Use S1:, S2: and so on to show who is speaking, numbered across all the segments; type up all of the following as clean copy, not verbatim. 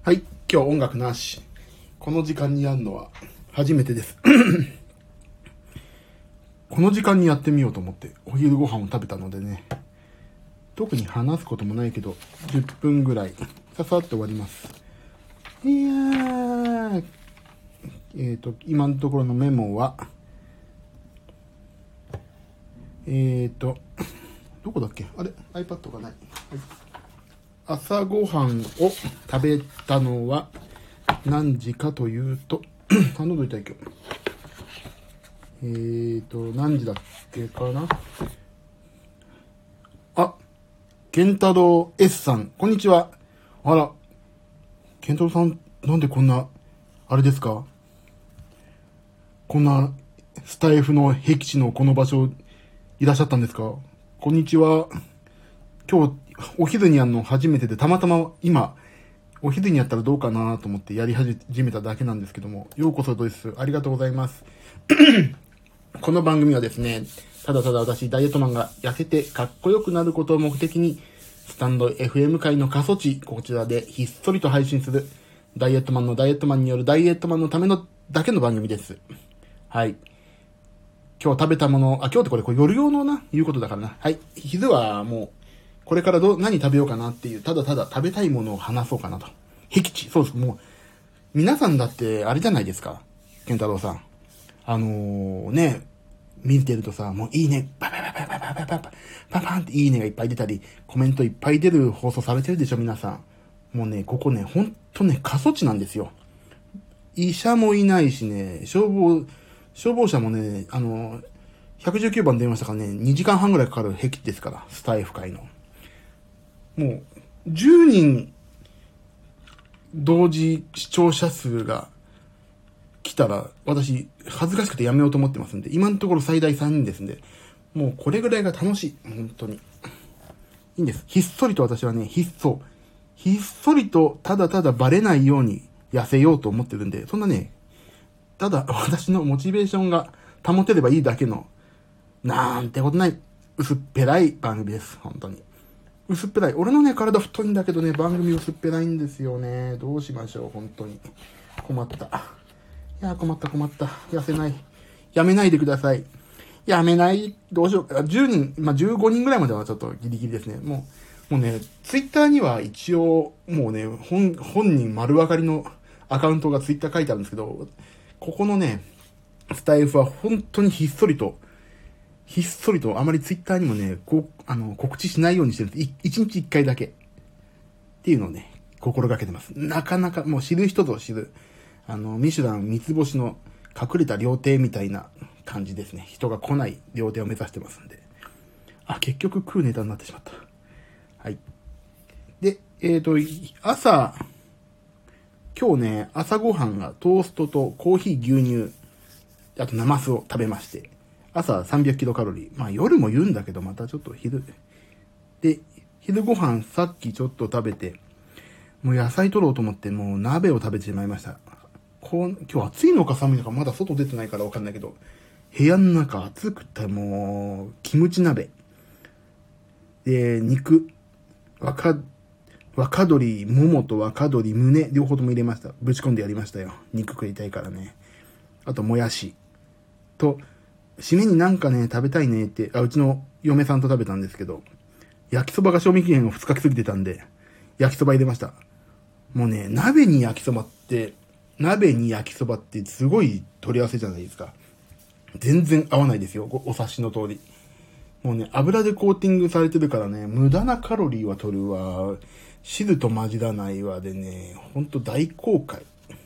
S1: はい、今日音楽なし。この時間にやるのは初めてです。この時間にやってみようと思ってお昼ご飯を食べたのでね、特に話すこともないけど、10分ぐらい、ささっと終わります。いやー、今のところのメモは、どこだっけあれ ?iPad がない。はい、朝ごはんを食べたのは何時かというと、頼んどいたい今日。何時だっけかな。あ、健太郎 S さん、こんにちは。あら、健太郎さん、なんでこんな、あれですか？こんな、スタイフの僻地のこの場所、いらっしゃったんですか？こんにちは。今日、お昼にやるの初めてで、たまたま今、お昼にやったらどうかなと思ってやり始めただけなんですけども、ようこそです。ありがとうございます。この番組はですね、ただただ私、ダイエットマンが痩せてかっこよくなることを目的に、スタンド FM 界の過疎地、こちらでひっそりと配信する、ダイエットマンのダイエットマンによるダイエットマンのためのだけの番組です。はい。今日食べたもの、今日ってこれ夜用のいうことだからな。はい。昼はもう、これから何食べようかなっていう、ただただ食べたいものを話そうかなと。僻地。そうです。もう、皆さんだって、あれじゃないですか。健太郎さん。見てるとさ、もういいね、パパパパパパパパパパパンっていいねがいっぱい出たり、コメントいっぱい出る放送されてるでしょ、皆さん。もうね、ここね、ほんとね、過疎地なんですよ。医者もいないしね、消防車もね、119番電話したからね、2時間半ぐらいかかる僻地ですから、スタイフ界の。もう、10人、同時視聴者数が来たら、私、恥ずかしくてやめようと思ってますんで、今のところ最大3人ですんで、もうこれぐらいが楽しい。本当に。いいんです。ひっそりと私はね、ひっそりとただただバレないように痩せようと思ってるんで、そんなね、ただ私のモチベーションが保てればいいだけの、なんてことない、薄っぺらい番組です。本当に。薄っぺらい。俺のね、体太いんだけどね、番組薄っぺらいんですよね。どうしましょう、本当に。困った。いや、困った。痩せない。やめないでください。やめない。どうしようか。10人、15人ぐらいまではちょっとギリギリですね。もうね、ツイッターには一応、もうね、本人丸分かりのアカウントがツイッター書いてあるんですけど、ここのね、スタイフは本当にひっそりと、あまりツイッターにもね、告知しないようにしてるんです。1日1回だけ。っていうのをね、心がけてます。なかなか、もう知る人ぞ知る、ミシュラン三つ星の隠れた料亭みたいな感じですね。人が来ない料亭を目指してますんで。結局食うネタになってしまった。はい。で、今日ね、朝ごはんがトーストとコーヒー牛乳、あとナマスを食べまして、朝300キロカロリー。夜も言うんだけど、またちょっと昼ご飯さっきちょっと食べて、もう野菜取ろうと思って、もう鍋を食べてしまいました。今日暑いのか寒いのかまだ外出てないからわかんないけど、部屋の中暑くてもう、キムチ鍋。で、肉、若鶏、ももと若鶏、胸、両方とも入れました。ぶち込んでやりましたよ。肉食いたいからね。あと、もやし。と、締めになんかね、食べたいねって、うちの嫁さんと食べたんですけど、焼きそばが賞味期限を2日過ぎてたんで、焼きそば入れました。もうね、鍋に焼きそばってすごい取り合わせじゃないですか。全然合わないですよ。お察しの通り。もうね、油でコーティングされてるからね、無駄なカロリーは取るわ。汁と混じらないわでね、ほんと大公開。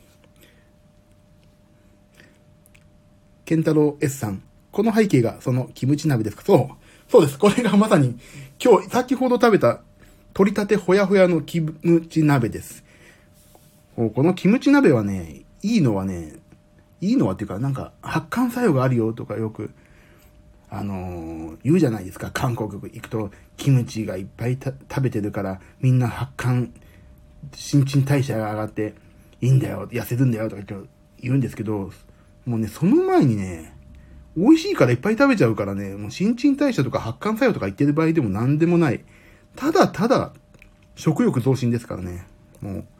S1: 健太郎 S さん。この背景がそのキムチ鍋ですか？そうです。これがまさに今日先ほど食べた取り立てほやほやのキムチ鍋です。このキムチ鍋はね、いいのはっていうか、なんか発汗作用があるよとかよく言うじゃないですか。韓国行くとキムチがいっぱい食べてるからみんな新陳代謝が上がっていいんだよ、痩せるんだよとか言うんですけど、もうね、その前にね、美味しいからいっぱい食べちゃうからね、もう新陳代謝とか発汗作用とか言ってる場合でも何でもない。ただただ食欲増進ですからね。もう、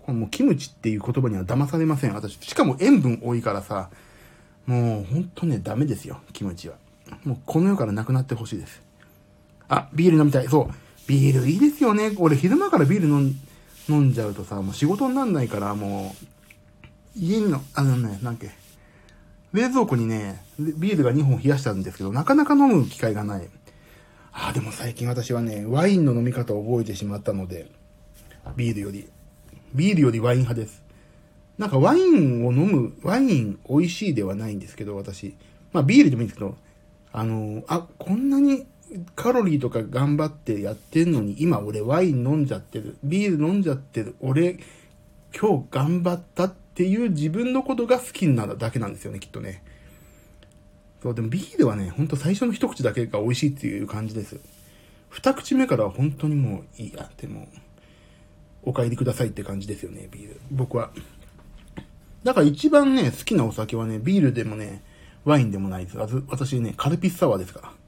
S1: もうキムチっていう言葉には騙されません。私。しかも塩分多いからさ、もうほんとね、ダメですよ、キムチは。もうこの世からなくなってほしいです。あ、ビール飲みたい。そう。ビールいいですよね。俺昼間からビール飲んじゃうとさ、もう仕事になんないから、もう、家の、なんけ、冷蔵庫にね、ビールが2本冷やしたんですけど、なかなか飲む機会がない。でも最近私はね、ワインの飲み方を覚えてしまったので、ビールよりワイン派です。なんかワイン美味しいではないんですけど、私。まあビールでもいいんですけど、こんなにカロリーとか頑張ってやってんのに、今俺ワイン飲んじゃってる。ビール飲んじゃってる。俺、今日頑張ったっていう自分のことが好きになるだけなんですよね、きっとね。そう、でもビールはね、ほんと最初の一口だけが美味しいっていう感じです。二口目からは本当にもういいやってもう、お帰りくださいって感じですよね、ビール。僕は。だから一番ね、好きなお酒はね、ビールでもね、ワインでもないです。私ね、カルピスサワーですから。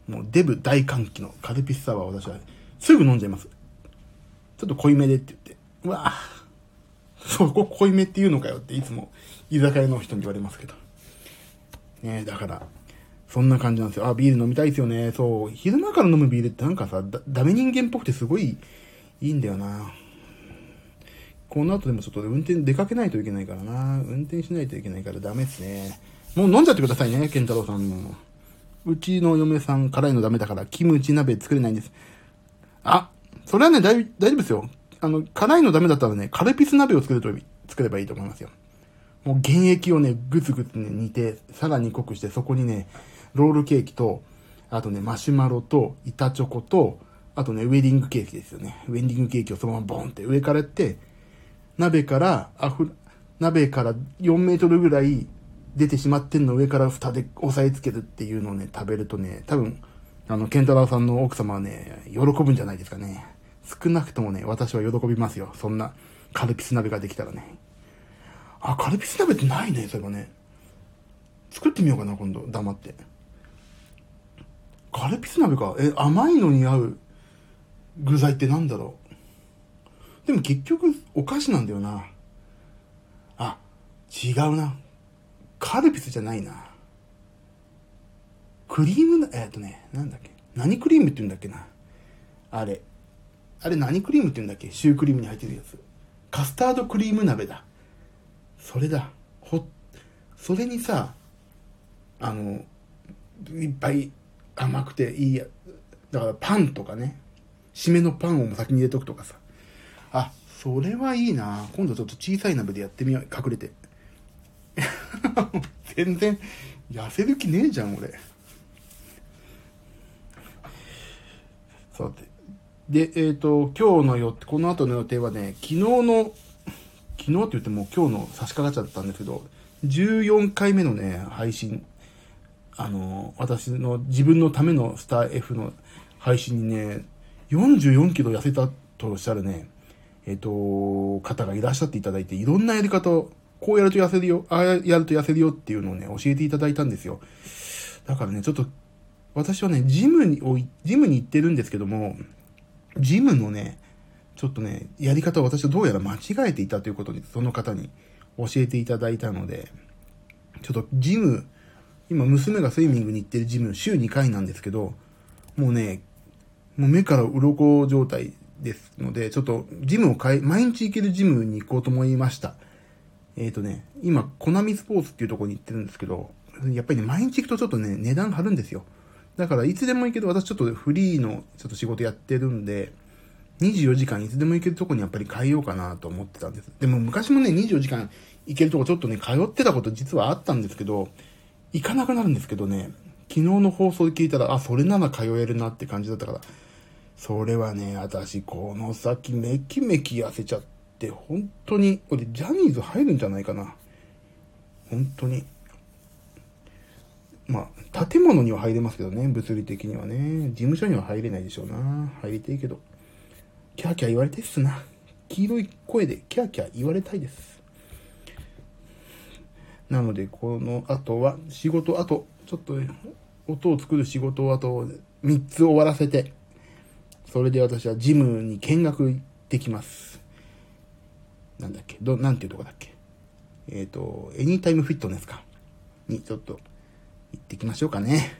S1: もうデブ大歓喜のカルピスサワーを私はすぐ飲んじゃいます。ちょっと濃いめでって言って。うわぁ、そこ濃いめって言うのかよっていつも居酒屋の人に言われますけど。ね、だから、そんな感じなんですよ。ビール飲みたいですよね。そう。昼間から飲むビールってなんかさ、ダメ人間っぽくてすごいいいんだよな。この後でもちょっと運転出かけないといけないからな。運転しないといけないからダメですね。もう飲んじゃってくださいね、健太郎さんも。うちの嫁さん辛いのダメだからキムチ鍋作れないんです。それはね、大丈夫ですよ。辛いのダメだったらね、カルピス鍋を作ればいいと思いますよ。もう原液をね、ぐつぐつね、煮て、さらに濃くして、そこにね、ロールケーキと、あとね、マシュマロと、板チョコと、あとね、ウェディングケーキですよね。ウェディングケーキをそのままボンって上からやって、鍋から4メートルぐらい出てしまってんの上から蓋で押さえつけるっていうのをね、食べるとね、多分、ケンタロウさんの奥様はね、喜ぶんじゃないですかね。少なくともね、私は喜びますよ。そんな、カルピス鍋ができたらね。カルピス鍋ってないね、それはね。作ってみようかな、今度、黙って。カルピス鍋か。甘いのに合う具材ってなんだろう。でも結局、お菓子なんだよな。違うな。カルピスじゃないな。クリームなんだっけ。何クリームって言うんだっけな。あれ何クリームって言うんだっけ。シュークリームに入ってるやつ。カスタードクリーム鍋だ。それだ。それにさ、いっぱい甘くていいや。だからパンとかね。締めのパンを先に入れとくとかさ。それはいいな。今度ちょっと小さい鍋でやってみよう。隠れて。全然、痩せる気ねえじゃん、俺。さて。で、今日のこの後の予定はね、昨日って言っても今日の差し掛かっちゃったんですけど、14回目のね、配信、私の自分のためのスター F の配信にね、44キロ痩せたとおっしゃるね、方がいらっしゃっていただいて、いろんなやり方を、こうやると痩せるよ、やると痩せるよっていうのをね、教えていただいたんですよ。だからね、ちょっと、私はね、ジムに行ってるんですけども、ジムのね、ちょっとね、やり方を私はどうやら間違えていたということに、その方に教えていただいたので、ちょっと今娘がスイミングに行ってるジム、週2回なんですけど、もう目から鱗状態ですので、ちょっと毎日行けるジムに行こうと思いました。今、コナミスポーツっていうところに行ってるんですけど、やっぱりね、毎日行くとちょっとね、値段張るんですよ。だからいつでも行ける、私ちょっとフリーのちょっと仕事やってるんで、24時間いつでも行けるとこにやっぱり変えようかなと思ってたんです。でも昔もね、24時間行けるとこちょっとね、通ってたこと実はあったんですけど、行かなくなるんですけどね、昨日の放送で聞いたら、それなら通えるなって感じだったから、それはね、私、この先めきめき痩せちゃって、本当に、俺、ジャニーズ入るんじゃないかな。本当に。まあ、建物には入れますけどね、物理的にはね。事務所には入れないでしょうな。入りたいけど。キャーキャー言われたいっすな。黄色い声でキャーキャー言われたいです。なので、この後は、ちょっと、音を作る仕事をあと3つ終わらせて、それで私はジムに見学行ってきます。 なんだっけ、なんていうとこだっけ。エニータイムフィットネスか。にちょっと行ってきましょうかね。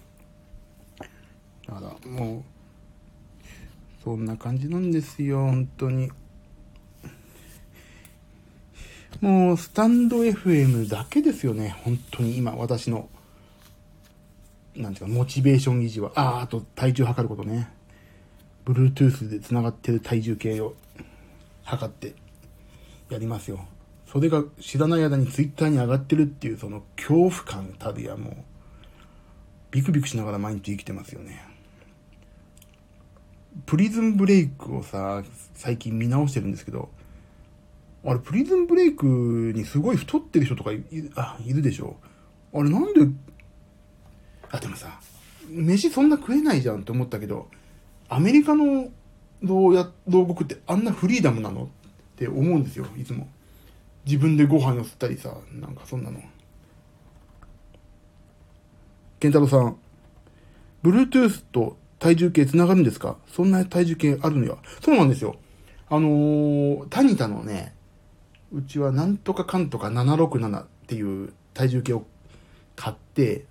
S1: だからもう、そんな感じなんですよ、本当に。もう、スタンド FM だけですよね、本当に今、私の、なんていうか、モチベーション維持は。あと、体重測ることね。Bluetooth で繋がってる体重計を測ってやりますよ。それが知らない間に Twitter に上がってるっていう、その恐怖感たるやもう、ビクビクしながら毎日生きてますよね。プリズンブレイクをさ、最近見直してるんですけど、あれ、プリズンブレイクにすごい太ってる人とかいるでしょ。あれなんで、でもさ、飯そんな食えないじゃんって思ったけど、アメリカの牢獄ってあんなフリーダムなのって思うんですよ、いつも。自分でご飯を吸ったりさ、なんかそんなの。健太郎さん、Bluetooth と体重計繋がるんですか？そんな体重計あるのよ。そうなんですよ。タニタのね、うちはなんとかかんとか767っていう体重計を買って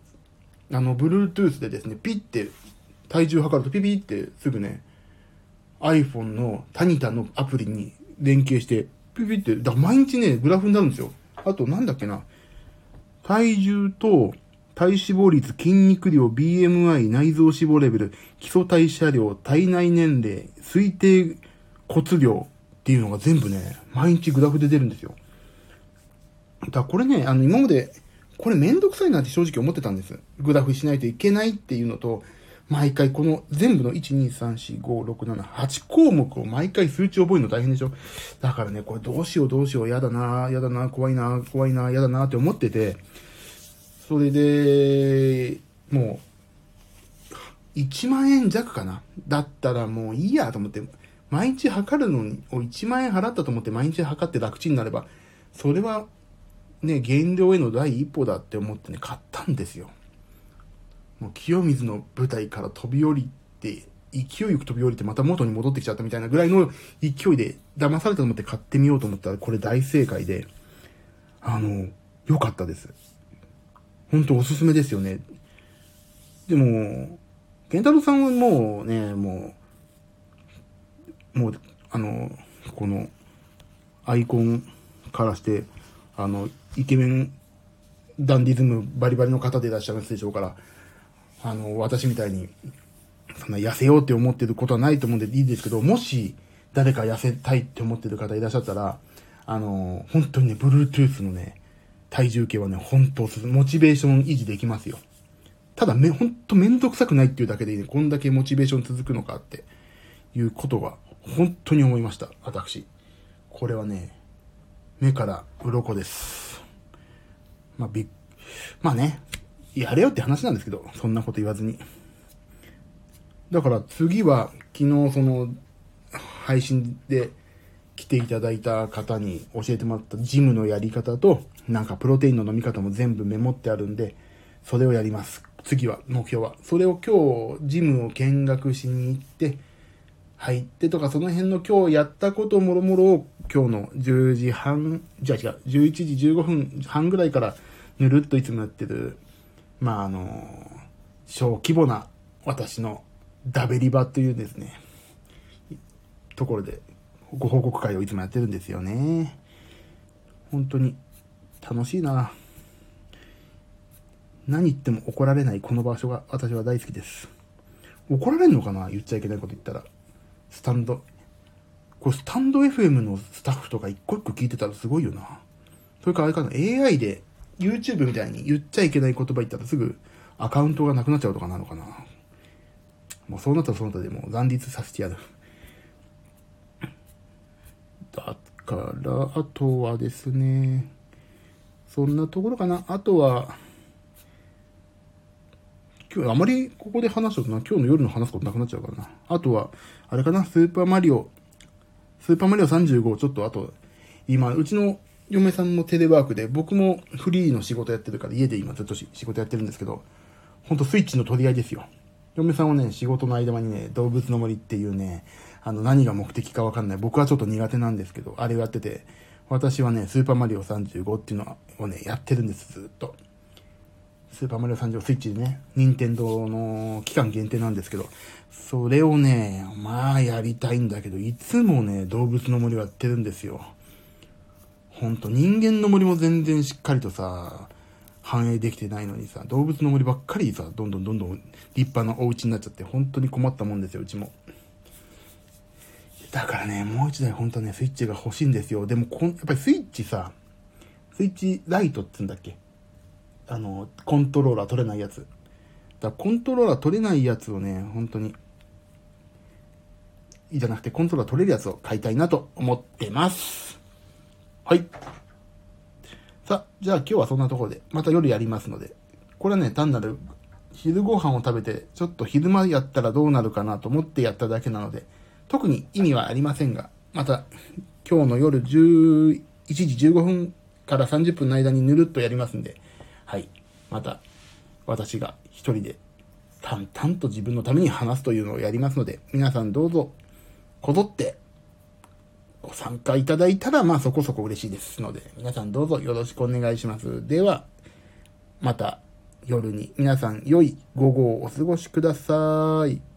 S1: 、Bluetooth でですね、ピッて体重測るとピピってすぐね、iPhone のタニタのアプリに連携して、ピピって、だから毎日ね、グラフになるんですよ。あとなんだっけな、体重と体脂肪率、筋肉量、BMI、内臓脂肪レベル、基礎代謝量、体内年齢、推定骨量っていうのが全部ね、毎日グラフで出るんですよ。だからこれね、今まで、これめんどくさいなって正直思ってたんです。グラフしないといけないっていうのと、毎回この全部の1、2、3、4、5、6、7、8項目を毎回数値覚えるの大変でしょ。だからね、これどうしよう、やだな、怖いな、やだなって思ってて、それで、もう、1万円弱かな。だったらもういいやと思って、毎日測るのに、1万円払ったと思って毎日測って楽ちになれば、それは、ね、減量への第一歩だって思ってね、買ったんですよ。もう清水の舞台から飛び降りて、勢いよく飛び降りてまた元に戻ってきちゃったみたいなぐらいの勢いで騙されたと思って買ってみようと思ったらこれ大正解で、良かったです。本当おすすめですよね。でも、健太郎さんはもうね、もう、このアイコンからして、イケメンダンディズムバリバリの方でいらっしゃるでしょうから、私みたいに、そんな痩せようって思ってることはないと思うんでいいですけど、もし誰か痩せたいって思ってる方いらっしゃったら、本当にね、Bluetooth のね、体重計はね、本当モチベーション維持できますよ。ただほんとめんどくさくないっていうだけでね、こんだけモチベーション続くのかっていうことが、本当に思いました、私。これはね、目から鱗です。まあね、やれよって話なんですけど、そんなこと言わずに。だから次は、昨日その、配信で来ていただいた方に教えてもらったジムのやり方と、なんかプロテインの飲み方も全部メモってあるんで、それをやります。次は、目標は。それを今日、ジムを見学しに行って、入ってとか、その辺の今日やったこともろもろを、今日の10時半、11時15分半ぐらいからぬるっといつもやってる、小規模な私のダベリバというですね、ところでご報告会をいつもやってるんですよね。本当に楽しいな。何言っても怒られないこの場所が私は大好きです。怒られんのかな？言っちゃいけないこと言ったら。スタンド FM のスタッフとか一個一個聞いてたらすごいよな。それからあれかな、AI で YouTube みたいに言っちゃいけない言葉言ったらすぐアカウントがなくなっちゃうとかなのかな。もうそうなったらその他でもう乱立させてやる。だから、あとはですね、そんなところかな。あとは、今日あまりここで話すとな、今日の夜の話すことなくなっちゃうからな。あとは、あれかな、スーパーマリオ35、ちょっとあと、今、うちの嫁さんもテレワークで、僕もフリーの仕事やってるから、家で今ずっと仕事やってるんですけど、ほんとスイッチの取り合いですよ。嫁さんはね、仕事の間にね、動物の森っていうね、 何が目的かわかんない。僕はちょっと苦手なんですけど、あれをやってて、私はね、スーパーマリオ35っていうのをね、やってるんです、ずっと。スーパーマリオ35スイッチでね、任天堂の期間限定なんですけど、それをね、まあやりたいんだけど、いつもね、動物の森をやってるんですよ。ほんと、人間の森も全然しっかりとさ、反映できてないのにさ、動物の森ばっかりさ、どんどん立派なお家になっちゃって、本当に困ったもんですよ、うちも。だからね、もう一台本当ね、スイッチが欲しいんですよ。でもやっぱりスイッチさ、スイッチライトって言うんだっけ、コントローラー取れないやつ。だからコントローラー取れないやつをね、本当に、じゃなくてコントローラー取れるやつを買いたいなと思ってます。はい。さあ、じゃあ今日はそんなところで、また夜やりますので、これはね、単なる昼ご飯を食べて、ちょっと昼間やったらどうなるかなと思ってやっただけなので、特に意味はありませんが、また今日の夜11時15分から30分の間にぬるっとやりますんで、はい。また私が一人で淡々と自分のために話すというのをやりますので、皆さんどうぞこぞってご参加いただいたら、まあそこそこ嬉しいですので、皆さんどうぞよろしくお願いします。では、また夜に皆さん良い午後をお過ごしください。